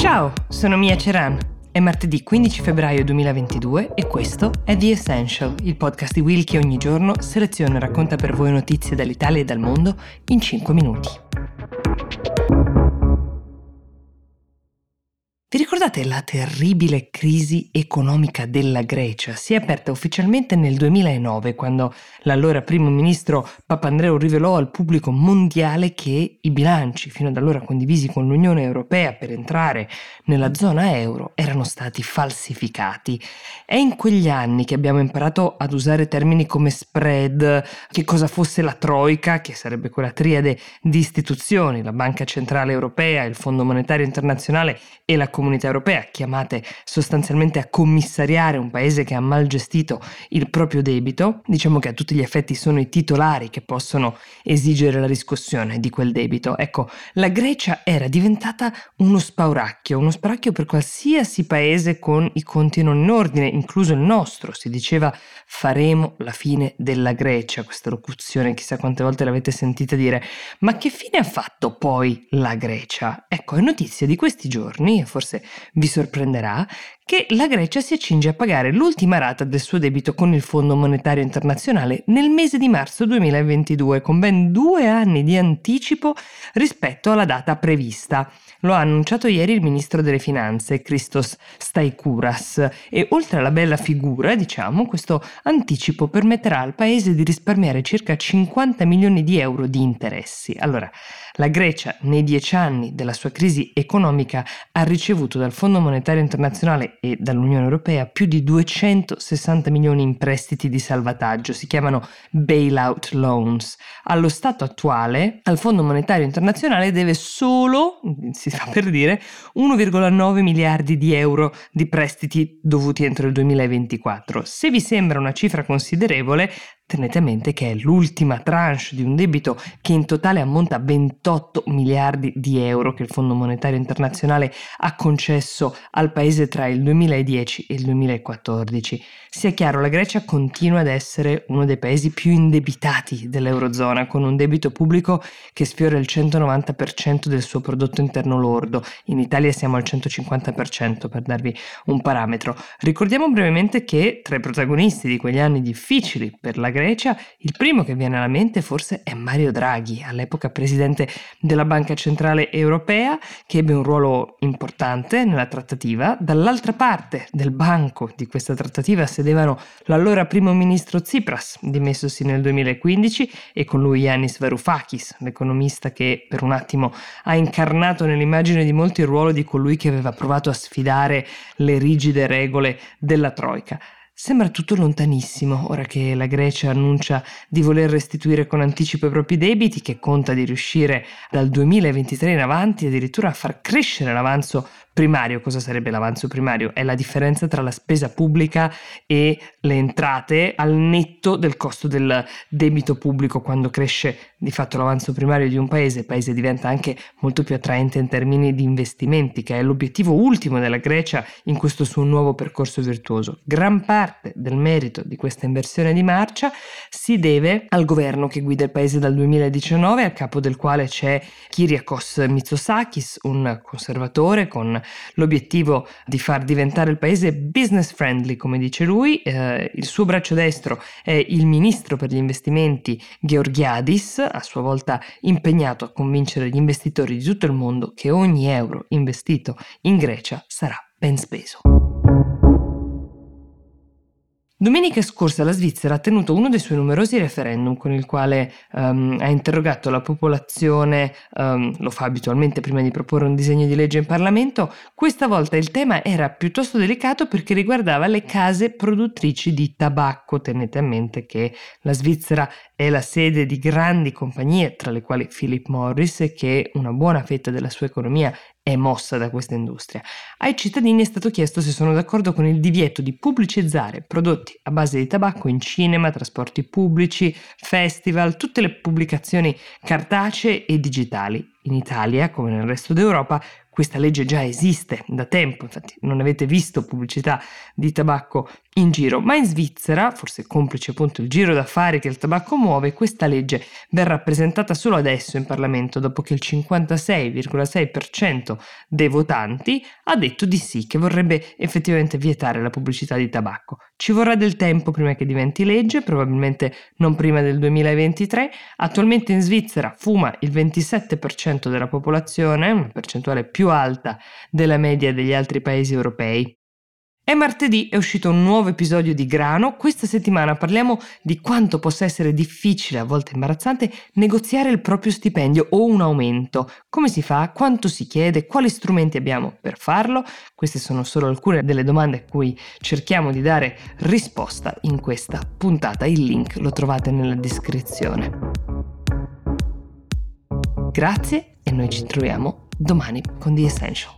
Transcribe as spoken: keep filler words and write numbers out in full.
Ciao, sono Mia Ceran. È martedì quindici febbraio duemilaventidue e questo è The Essential, il podcast di Will che ogni giorno seleziona e racconta per voi notizie dall'Italia e dal mondo in cinque minuti. Vi ricordate la terribile crisi economica della Grecia? Si è aperta ufficialmente nel duemilanove, quando l'allora primo ministro Papandreou rivelò al pubblico mondiale che i bilanci fino ad allora condivisi con l'Unione Europea per entrare nella zona euro erano stati falsificati. È in quegli anni che abbiamo imparato ad usare termini come spread, che cosa fosse la Troika, che sarebbe quella triade di istituzioni, la Banca Centrale Europea, il Fondo Monetario Internazionale e la Comunità Europea, chiamate sostanzialmente a commissariare un paese che ha mal gestito il proprio debito. Diciamo che a tutti gli effetti sono i titolari che possono esigere la riscossione di quel debito. Ecco, la Grecia era diventata uno spauracchio, uno spauracchio per qualsiasi paese con i conti non in ordine, incluso il nostro. Si diceva faremo la fine della Grecia, questa locuzione chissà quante volte l'avete sentita dire. Ma che fine ha fatto poi la Grecia? Ecco, è notizia di questi giorni, e forse vi sorprenderà, che la Grecia si accinge a pagare l'ultima rata del suo debito con il Fondo Monetario Internazionale nel mese di marzo duemilaventidue, con ben due anni di anticipo rispetto alla data prevista. Lo ha annunciato ieri il ministro delle finanze, Christos Staikouras, e oltre alla bella figura, diciamo, questo anticipo permetterà al paese di risparmiare circa cinquanta milioni di euro di interessi. Allora, la Grecia, nei dieci anni della sua crisi economica, ha ricevuto dal Fondo Monetario Internazionale e dall'Unione Europea più di duecentosessanta milioni in prestiti di salvataggio, si chiamano bailout loans. Allo stato attuale, al Fondo Monetario Internazionale deve solo, si fa per dire, uno virgola nove miliardi di euro di prestiti dovuti entro il duemilaventiquattro. Se vi sembra una cifra considerevole, tenete a mente che è l'ultima tranche di un debito che in totale ammonta a ventotto miliardi di euro che il Fondo Monetario Internazionale ha concesso al paese tra il duemiladieci e il duemilaquattordici. Sia chiaro, la Grecia continua ad essere uno dei paesi più indebitati dell'Eurozona, con un debito pubblico che sfiora il centonovanta per cento del suo prodotto interno lordo. In Italia siamo al centocinquanta per cento, per darvi un parametro. Ricordiamo brevemente che tra i protagonisti di quegli anni difficili per la Grecia, il primo che viene alla mente forse è Mario Draghi, all'epoca presidente della Banca Centrale Europea, che ebbe un ruolo importante nella trattativa. Dall'altra parte del banco di questa trattativa sedevano l'allora primo ministro Tsipras, dimessosi nel duemilaquindici, e con lui Yanis Varoufakis, l'economista che per un attimo ha incarnato nell'immagine di molti il ruolo di colui che aveva provato a sfidare le rigide regole della Troika. Sembra tutto lontanissimo ora che la Grecia annuncia di voler restituire con anticipo i propri debiti, che conta di riuscire dal duemilaventitré in avanti addirittura a far crescere l'avanzo primario. Cosa sarebbe l'avanzo primario? È la differenza tra la spesa pubblica e le entrate al netto del costo del debito pubblico. Quando cresce di fatto l'avanzo primario di un paese, il paese diventa anche molto più attraente in termini di investimenti, che è l'obiettivo ultimo della Grecia in questo suo nuovo percorso virtuoso. Gran parte del merito di questa inversione di marcia si deve al governo che guida il paese dal duemiladiciannove, a capo del quale c'è Kyriakos Mitsotakis, un conservatore con l'obiettivo di far diventare il paese business friendly, come dice lui. Eh, il suo braccio destro è il ministro per gli investimenti Georgiadis, a sua volta impegnato a convincere gli investitori di tutto il mondo che ogni euro investito in Grecia sarà ben speso. Domenica scorsa la Svizzera ha tenuto uno dei suoi numerosi referendum con il quale um, ha interrogato la popolazione, um, lo fa abitualmente prima di proporre un disegno di legge in Parlamento. Questa volta il tema era piuttosto delicato perché riguardava le case produttrici di tabacco. Tenete a mente che la Svizzera è la sede di grandi compagnie, tra le quali Philip Morris, e che una buona fetta della sua economia è mossa da questa industria. Ai cittadini è stato chiesto se sono d'accordo con il divieto di pubblicizzare prodotti a base di tabacco in cinema, trasporti pubblici, festival, tutte le pubblicazioni cartacee e digitali. In Italia, come nel resto d'Europa, questa legge già esiste da tempo, infatti non avete visto pubblicità di tabacco in giro. Ma in Svizzera, forse complice appunto il giro d'affari che il tabacco muove, questa legge verrà presentata solo adesso in Parlamento, dopo che il cinquantasei virgola sei per cento dei votanti ha detto di sì, che vorrebbe effettivamente vietare la pubblicità di tabacco. Ci vorrà del tempo prima che diventi legge, probabilmente non prima del duemilaventitré. Attualmente in Svizzera fuma il ventisette per cento della popolazione, una percentuale più alta della media degli altri paesi europei. È martedì, è uscito un nuovo episodio di Grano. Questa settimana parliamo di quanto possa essere difficile, a volte imbarazzante, negoziare il proprio stipendio o un aumento. Come si fa? Quanto si chiede? Quali strumenti abbiamo per farlo? Queste sono solo alcune delle domande a cui cerchiamo di dare risposta in questa puntata. Il link lo trovate nella descrizione. Grazie e noi ci troviamo domani con The Essential.